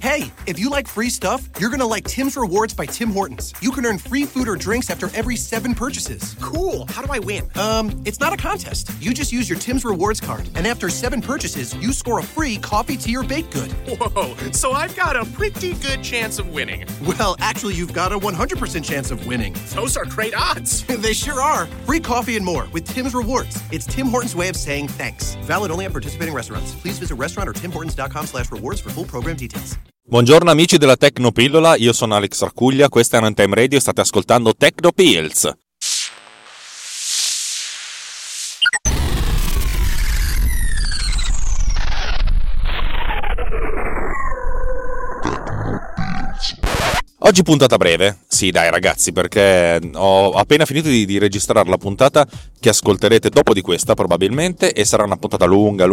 Hey, if you like free stuff, you're gonna like Tim's Rewards by Tim Hortons. You can earn free food or drinks after every 7 purchases. Cool. How do I win? It's not a contest. You just use your Tim's Rewards card, and after 7 purchases, you score a free coffee, tea, or baked good. Whoa, so I've got a pretty good chance of winning. Well, actually, you've got a 100% chance of winning. Those are great odds. They sure are. Free coffee and more with Tim's Rewards. It's Tim Hortons' way of saying thanks. Valid only at participating restaurants. Please visit restaurant or timhortons.com/rewards for full program details. Buongiorno amici della Tecnopillola, io sono Alex Arcuglia, questa è Runtime Radio e state ascoltando Tecnopills. Oggi puntata breve, sì dai ragazzi, perché ho appena finito di registrare la puntata che ascolterete dopo di questa probabilmente, e sarà una puntata lunga.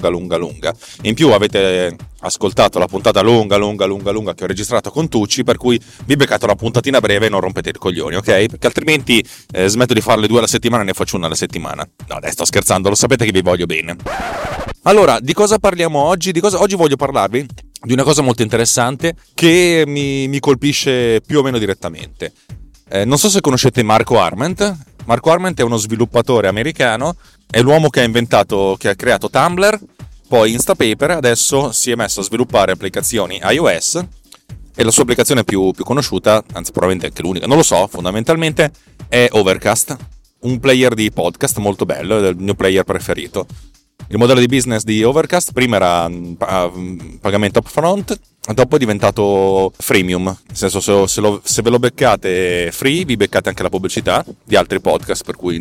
In più avete ascoltato la puntata lunga che ho registrato con Tucci, per cui vi beccate una puntatina breve e non rompete i coglioni, ok? Perché altrimenti smetto di farle 2 alla settimana e ne faccio una alla settimana. No dai, sto scherzando, lo sapete che vi voglio bene. Allora, di cosa parliamo oggi? Oggi voglio parlarvi di una cosa molto interessante che mi colpisce più o meno direttamente. Non so se conoscete Marco Arment. Marco Arment è uno sviluppatore americano, è l'uomo che ha creato Tumblr, poi Instapaper, adesso si è messo a sviluppare applicazioni iOS e la sua applicazione più conosciuta, anzi probabilmente anche l'unica, non lo so, fondamentalmente è Overcast, un player di podcast molto bello, è il mio player preferito. Il modello di business di Overcast prima era pagamento upfront, dopo è diventato freemium, nel senso se ve lo beccate free vi beccate anche la pubblicità di altri podcast, per cui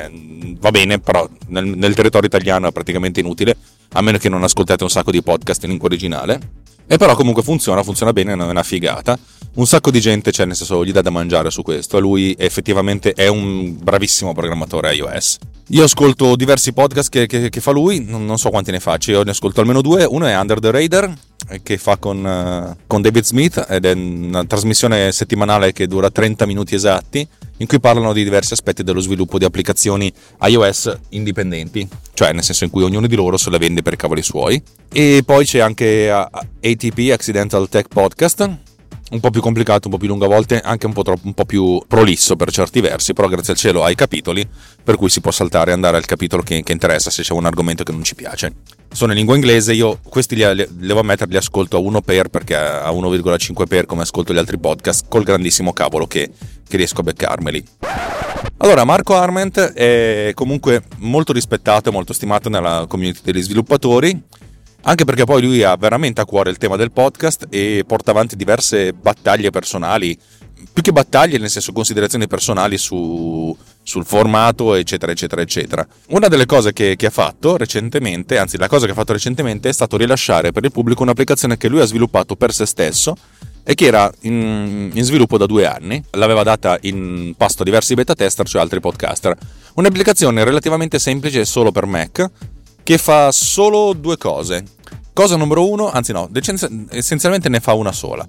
va bene, però nel territorio italiano è praticamente inutile, a meno che non ascoltate un sacco di podcast in lingua originale. E però comunque funziona bene, è una figata. Un sacco di gente, nel senso, gli dà da mangiare su questo. Lui effettivamente è un bravissimo programmatore iOS. Io ascolto diversi podcast che fa lui, non so quanti ne faccio, io ne ascolto almeno 2. Uno è Under the Radar, che fa con David Smith, ed è una trasmissione settimanale che dura 30 minuti esatti, in cui parlano di diversi aspetti dello sviluppo di applicazioni iOS indipendenti, cioè nel senso in cui ognuno di loro se la vende per i cavoli suoi. E poi c'è anche ATP, Accidental Tech Podcast, un po' più complicato, un po' più lungo a volte, anche un po' più prolisso per certi versi, però grazie al cielo ha i capitoli, per cui si può saltare e andare al capitolo che interessa se c'è un argomento che non ci piace. Sono in lingua inglese, io questi devo ammettere, li ascolto a 1 per, perché a 1,5 per come ascolto gli altri podcast, col grandissimo cavolo che riesco a beccarmeli. Allora, Marco Arment è comunque molto rispettato e molto stimato nella community degli sviluppatori, anche perché poi lui ha veramente a cuore il tema del podcast e porta avanti diverse battaglie personali, più che battaglie nel senso considerazioni personali sul formato, eccetera. Una delle cose che ha fatto recentemente, anzi la cosa che ha fatto recentemente, è stato rilasciare per il pubblico un'applicazione che lui ha sviluppato per se stesso e che era in sviluppo da 2 anni. L'aveva data in pasto a diversi beta tester, cioè altri podcaster. Un'applicazione relativamente semplice solo per Mac, che fa solo 2 cose. Cosa numero 1, anzi no, essenzialmente ne fa una sola.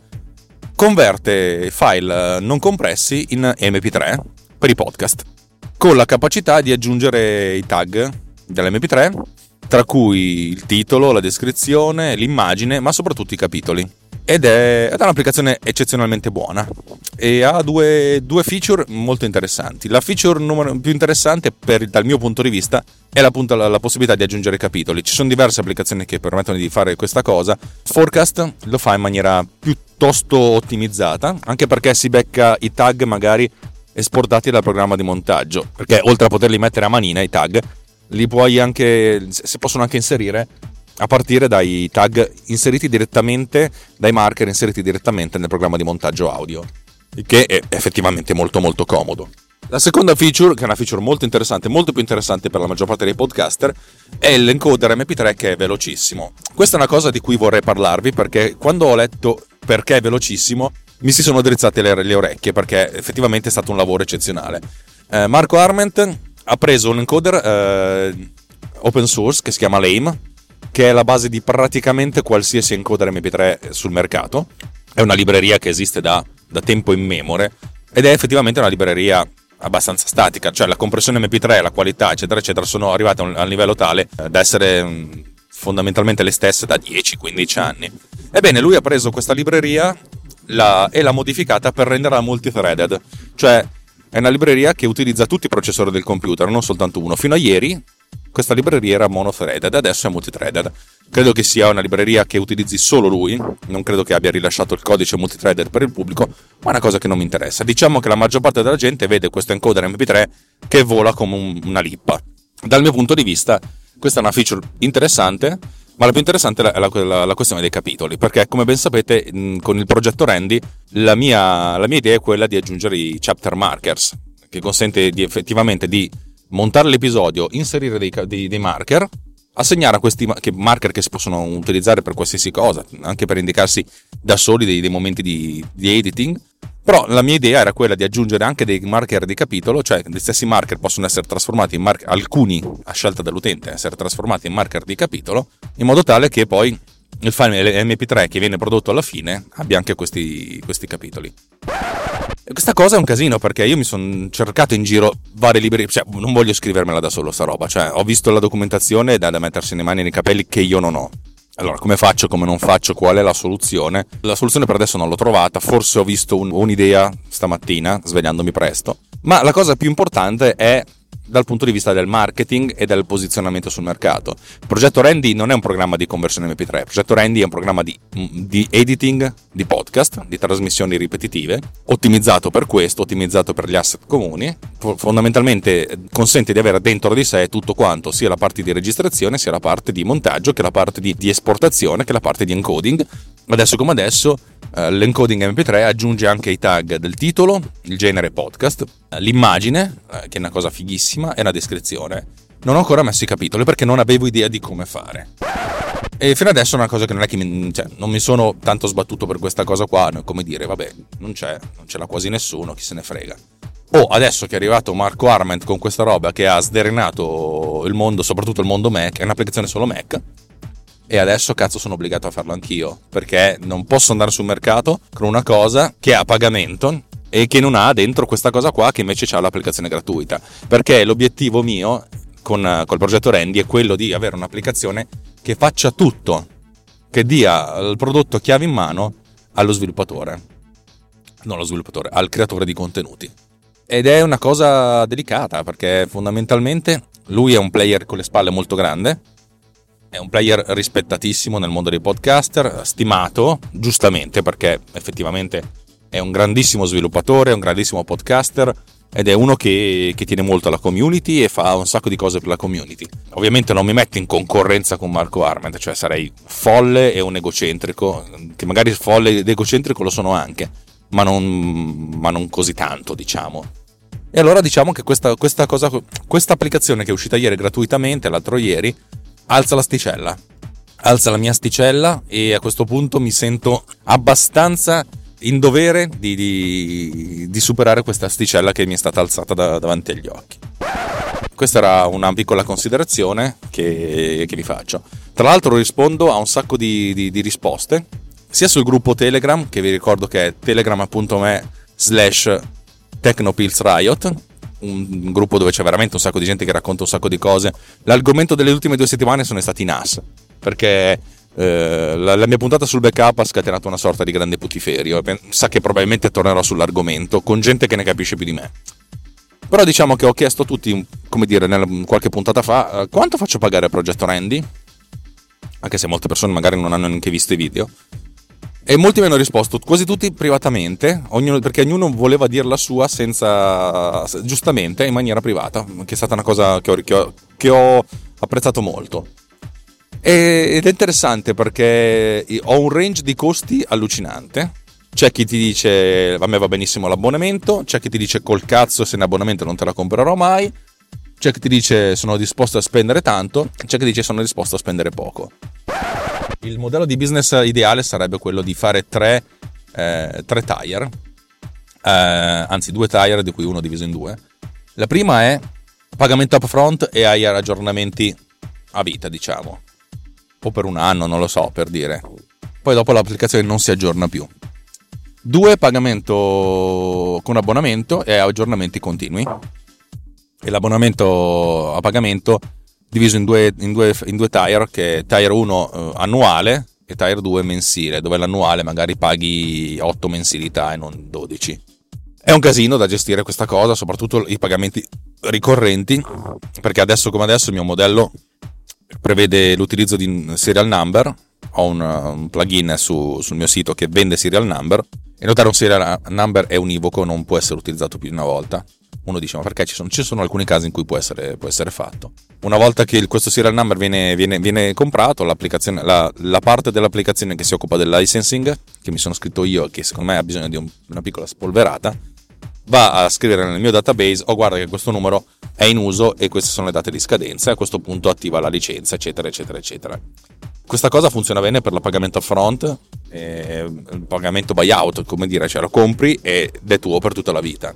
Converte file non compressi in MP3 per i podcast, con la capacità di aggiungere i tag dell'MP3, tra cui il titolo, la descrizione, l'immagine, ma soprattutto i capitoli. Ed è un'applicazione eccezionalmente buona e ha due feature molto interessanti. La feature più interessante dal mio punto di vista è appunto la possibilità di aggiungere capitoli. Ci sono diverse applicazioni che permettono di fare questa cosa. Forecast lo fa in maniera piuttosto ottimizzata, anche perché si becca i tag magari esportati dal programma di montaggio, perché oltre a poterli mettere a manina i tag, si possono anche inserire a partire dai tag inseriti direttamente, dai marker inseriti direttamente nel programma di montaggio audio, il che è effettivamente molto molto comodo. La seconda feature, che è una feature molto interessante, molto più interessante per la maggior parte dei podcaster, è l'encoder MP3, che è velocissimo. Questa è una cosa di cui vorrei parlarvi, perché quando ho letto perché è velocissimo mi si sono drizzate le orecchie, perché effettivamente è stato un lavoro eccezionale. Marco Arment ha preso un encoder open source che si chiama Lame, che è la base di praticamente qualsiasi encoder MP3 sul mercato. È una libreria che esiste da tempo immemore ed è effettivamente una libreria abbastanza statica, cioè la compressione MP3, la qualità eccetera sono arrivate a un livello tale da essere fondamentalmente le stesse da 10-15 anni. Ebbene, lui ha preso questa libreria e l'ha modificata per renderla multithreaded, cioè è una libreria che utilizza tutti i processori del computer, non soltanto uno. Fino a ieri questa libreria era monothreaded, adesso è multithreaded. Credo che sia una libreria che utilizzi solo lui, non credo che abbia rilasciato il codice multithreaded per il pubblico, ma è una cosa che non mi interessa. Diciamo che la maggior parte della gente vede questo encoder MP3 che vola come una lippa. Dal mio punto di vista questa è una feature interessante, ma la più interessante è la questione dei capitoli, perché come ben sapete con il progetto Randy la mia idea è quella di aggiungere i chapter markers, che consente effettivamente di montare l'episodio, inserire dei marker, assegnare a questi marker che si possono utilizzare per qualsiasi cosa, anche per indicarsi da soli dei momenti di editing. Però la mia idea era quella di aggiungere anche dei marker di capitolo, cioè gli stessi marker possono essere trasformati in marker, alcuni a scelta dell'utente essere trasformati in marker di capitolo, in modo tale che poi il file MP3 che viene prodotto alla fine abbia anche questi capitoli. E questa cosa è un casino, perché io mi sono cercato in giro varie librerie, cioè non voglio scrivermela da solo sta roba, cioè ho visto la documentazione da mettersi le mani nei capelli che io non ho. Allora, come faccio, come non faccio, qual è la soluzione? La soluzione per adesso non l'ho trovata, forse ho visto un'idea stamattina, svegliandomi presto, ma la cosa più importante è dal punto di vista del marketing e del posizionamento sul mercato. Il progetto Randy non è un programma di conversione MP3, il progetto Randy è un programma di editing di podcast, di trasmissioni ripetitive, ottimizzato per questo, ottimizzato per gli asset comuni, fondamentalmente consente di avere dentro di sé tutto quanto, sia la parte di registrazione, sia la parte di montaggio, che la parte di esportazione, che la parte di encoding. Adesso come adesso l'encoding MP3 aggiunge anche i tag del titolo, il genere podcast, l'immagine, che è una cosa fighissima, e la descrizione. Non ho ancora messo i capitoli perché non avevo idea di come fare. E fino adesso è una cosa che non è che non mi sono tanto sbattuto per questa cosa qua, come dire, vabbè, non ce l'ha quasi nessuno, chi se ne frega. Adesso che è arrivato Marco Arment con questa roba che ha sdrenato il mondo, soprattutto il mondo Mac, è un'applicazione solo Mac, e adesso cazzo sono obbligato a farlo anch'io, perché non posso andare sul mercato con una cosa che è a pagamento e che non ha dentro questa cosa qua che invece ha l'applicazione gratuita, perché l'obiettivo mio col progetto Randy è quello di avere un'applicazione che faccia tutto, che dia il prodotto chiave in mano allo sviluppatore, non allo sviluppatore, al creatore di contenuti. Ed è una cosa delicata, perché fondamentalmente lui è un player con le spalle molto grande, è un player rispettatissimo nel mondo dei podcaster, stimato, giustamente, perché effettivamente è un grandissimo sviluppatore, è un grandissimo podcaster, ed è uno che tiene molto alla community e fa un sacco di cose per la community. Ovviamente non mi metto in concorrenza con Marco Arment, cioè sarei folle e un egocentrico, che magari folle ed egocentrico lo sono anche, ma non così tanto, diciamo. E allora diciamo che questa applicazione che è uscita ieri gratuitamente, l'altro ieri, alza la mia asticella, e a questo punto mi sento abbastanza in dovere di superare questa asticella che mi è stata alzata davanti agli occhi. Questa era una piccola considerazione che vi faccio. Tra l'altro rispondo a un sacco di risposte, sia sul gruppo Telegram, che vi ricordo che è telegram.me/technopillsriot, un gruppo dove c'è veramente un sacco di gente che racconta un sacco di cose. L'argomento delle ultime 2 settimane sono stati NAS, perché la mia puntata sul backup ha scatenato una sorta di grande putiferio. Sa che probabilmente tornerò sull'argomento con gente che ne capisce più di me. Però diciamo che ho chiesto a tutti, come dire, qualche puntata fa, quanto faccio pagare al progetto Randy, anche se molte persone magari non hanno neanche visto i video, e molti mi hanno risposto, quasi tutti privatamente, perché ognuno voleva dire la sua giustamente, in maniera privata, che è stata una cosa che ho apprezzato molto. Ed è interessante perché ho un range di costi allucinante. C'è chi ti dice a me va benissimo l'abbonamento, c'è chi ti dice col cazzo se in abbonamento non te la comprerò mai, c'è chi ti dice sono disposto a spendere tanto, c'è chi dice sono disposto a spendere poco. Il modello di business ideale sarebbe quello di fare 3 tire, anzi 2 tire di cui uno diviso in 2. La prima è pagamento upfront e hai aggiornamenti a vita, diciamo, o per un anno, non lo so, per dire. Poi dopo l'applicazione non si aggiorna più. 2 pagamento con abbonamento e aggiornamenti continui. E l'abbonamento a pagamento diviso in due tire, che è tire 1 annuale e tire 2 mensile, dove l'annuale magari paghi 8 mensilità e non 12. È un casino da gestire questa cosa, soprattutto i pagamenti ricorrenti, perché adesso come adesso il mio modello prevede l'utilizzo di serial number. Ho un plugin sul mio sito che vende serial number, e notare un serial number è univoco, non può essere utilizzato più di una volta. Uno dice: ma perché ci sono alcuni casi in cui può essere fatto. Una volta che questo serial number viene comprato, l'applicazione, la parte dell'applicazione che si occupa del licensing, che mi sono scritto io, che secondo me ha bisogno di una piccola spolverata, va a scrivere nel mio database: guarda che questo numero è in uso e queste sono le date di scadenza, e a questo punto attiva la licenza, eccetera eccetera eccetera. Questa cosa funziona bene per il pagamento upfront, il pagamento buyout, come dire, cioè lo compri ed è tuo per tutta la vita.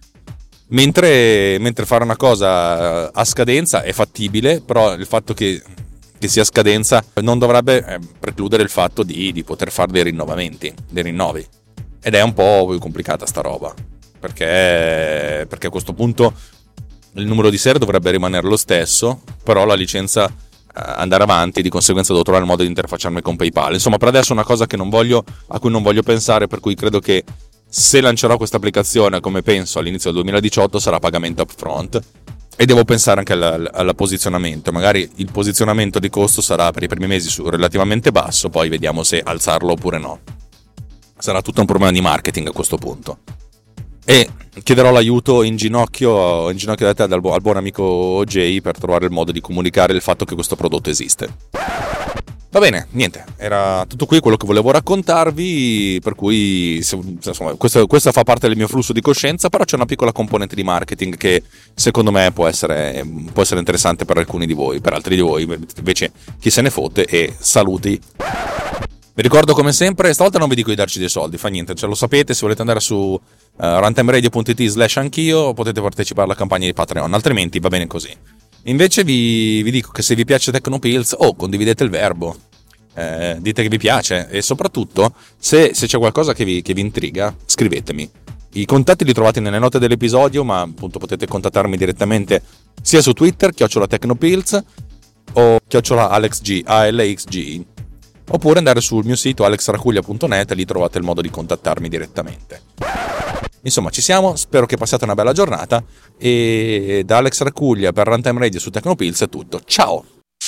Mentre fare una cosa a scadenza è fattibile, però il fatto che sia a scadenza non dovrebbe precludere il fatto di poter fare dei rinnovi. Ed è un po' più complicata sta roba, perché a questo punto il numero di serie dovrebbe rimanere lo stesso, però la licenza andare avanti, di conseguenza devo trovare il modo di interfacciarmi con PayPal. Insomma, per adesso è una cosa a cui non voglio pensare, per cui credo che se lancerò questa applicazione, come penso all'inizio del 2018, sarà pagamento upfront, e devo pensare anche al posizionamento. Magari il posizionamento di costo sarà per i primi mesi relativamente basso, poi vediamo se alzarlo oppure no. Sarà tutto un problema di marketing a questo punto. E chiederò l'aiuto in ginocchio da te, al buon amico Jay, per trovare il modo di comunicare il fatto che questo prodotto esiste. Va bene, niente, era tutto qui quello che volevo raccontarvi, per cui insomma, questo fa parte del mio flusso di coscienza, però c'è una piccola componente di marketing che secondo me può essere interessante per alcuni di voi, per altri di voi invece chi se ne fotte, e saluti. Vi ricordo come sempre, stavolta non vi dico di darci dei soldi, fa niente, ce lo sapete. Se volete andare su runtimeradio.it/anch'io potete partecipare alla campagna di Patreon, altrimenti va bene così. Invece vi dico che se vi piace Tecnopills, condividete il verbo, dite che vi piace, e soprattutto se c'è qualcosa che vi intriga, scrivetemi. I contatti li trovate nelle note dell'episodio, ma appunto potete contattarmi direttamente sia su Twitter @Tecnopills o @AlexG, ALXG, oppure andare sul mio sito alexracuglia.net, lì trovate il modo di contattarmi direttamente. Insomma, ci siamo, spero che passiate una bella giornata, e da Alex Racuglia per Runtime Radio su Tecnopills è tutto. Ciao!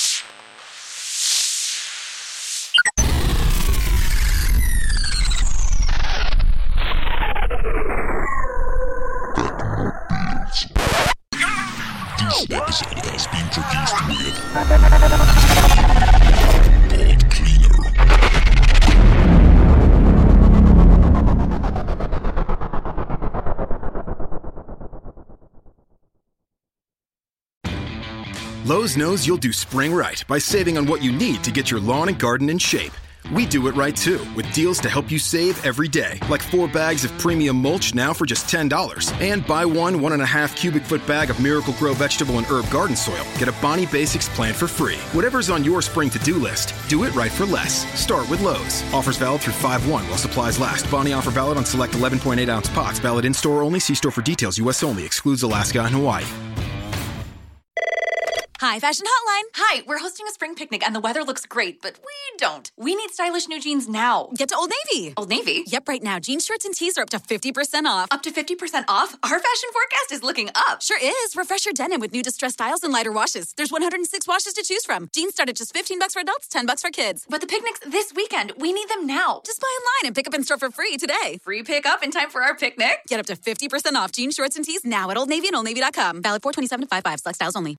This episode has been produced with Pod Cleaner. Lowe's knows you'll do spring right by saving on what you need to get your lawn and garden in shape. We do it right too, with deals to help you save every day, like 4 bags of premium mulch now for just $10. And buy 1.5 cubic foot bag of Miracle-Gro vegetable and herb garden soil. Get a Bonnie Basics plant for free. Whatever's on your spring to-do list, do it right for less. Start with Lowe's. Offers valid through 5/1 while supplies last. Bonnie offer valid on select 11.8-ounce pots. Valid in-store only. See store for details. U.S. only. Excludes Alaska and Hawaii. Hi, Fashion Hotline. Hi, we're hosting a spring picnic and the weather looks great, but we don't. We need stylish new jeans now. Get to Old Navy. Old Navy? Yep, right now. Jeans, shirts, and tees are up to 50% off. Up to 50% off? Our fashion forecast is looking up. Sure is. Refresh your denim with new distressed styles and lighter washes. There's 106 washes to choose from. Jeans start at just $15 for adults, $10 for kids. But the picnic's this weekend. We need them now. Just buy online and pick up in store for free today. Free pickup in time for our picnic? Get up to 50% off jeans, shorts, and tees now at Old Navy and OldNavy.com. Valid 4/27/55. Select styles only.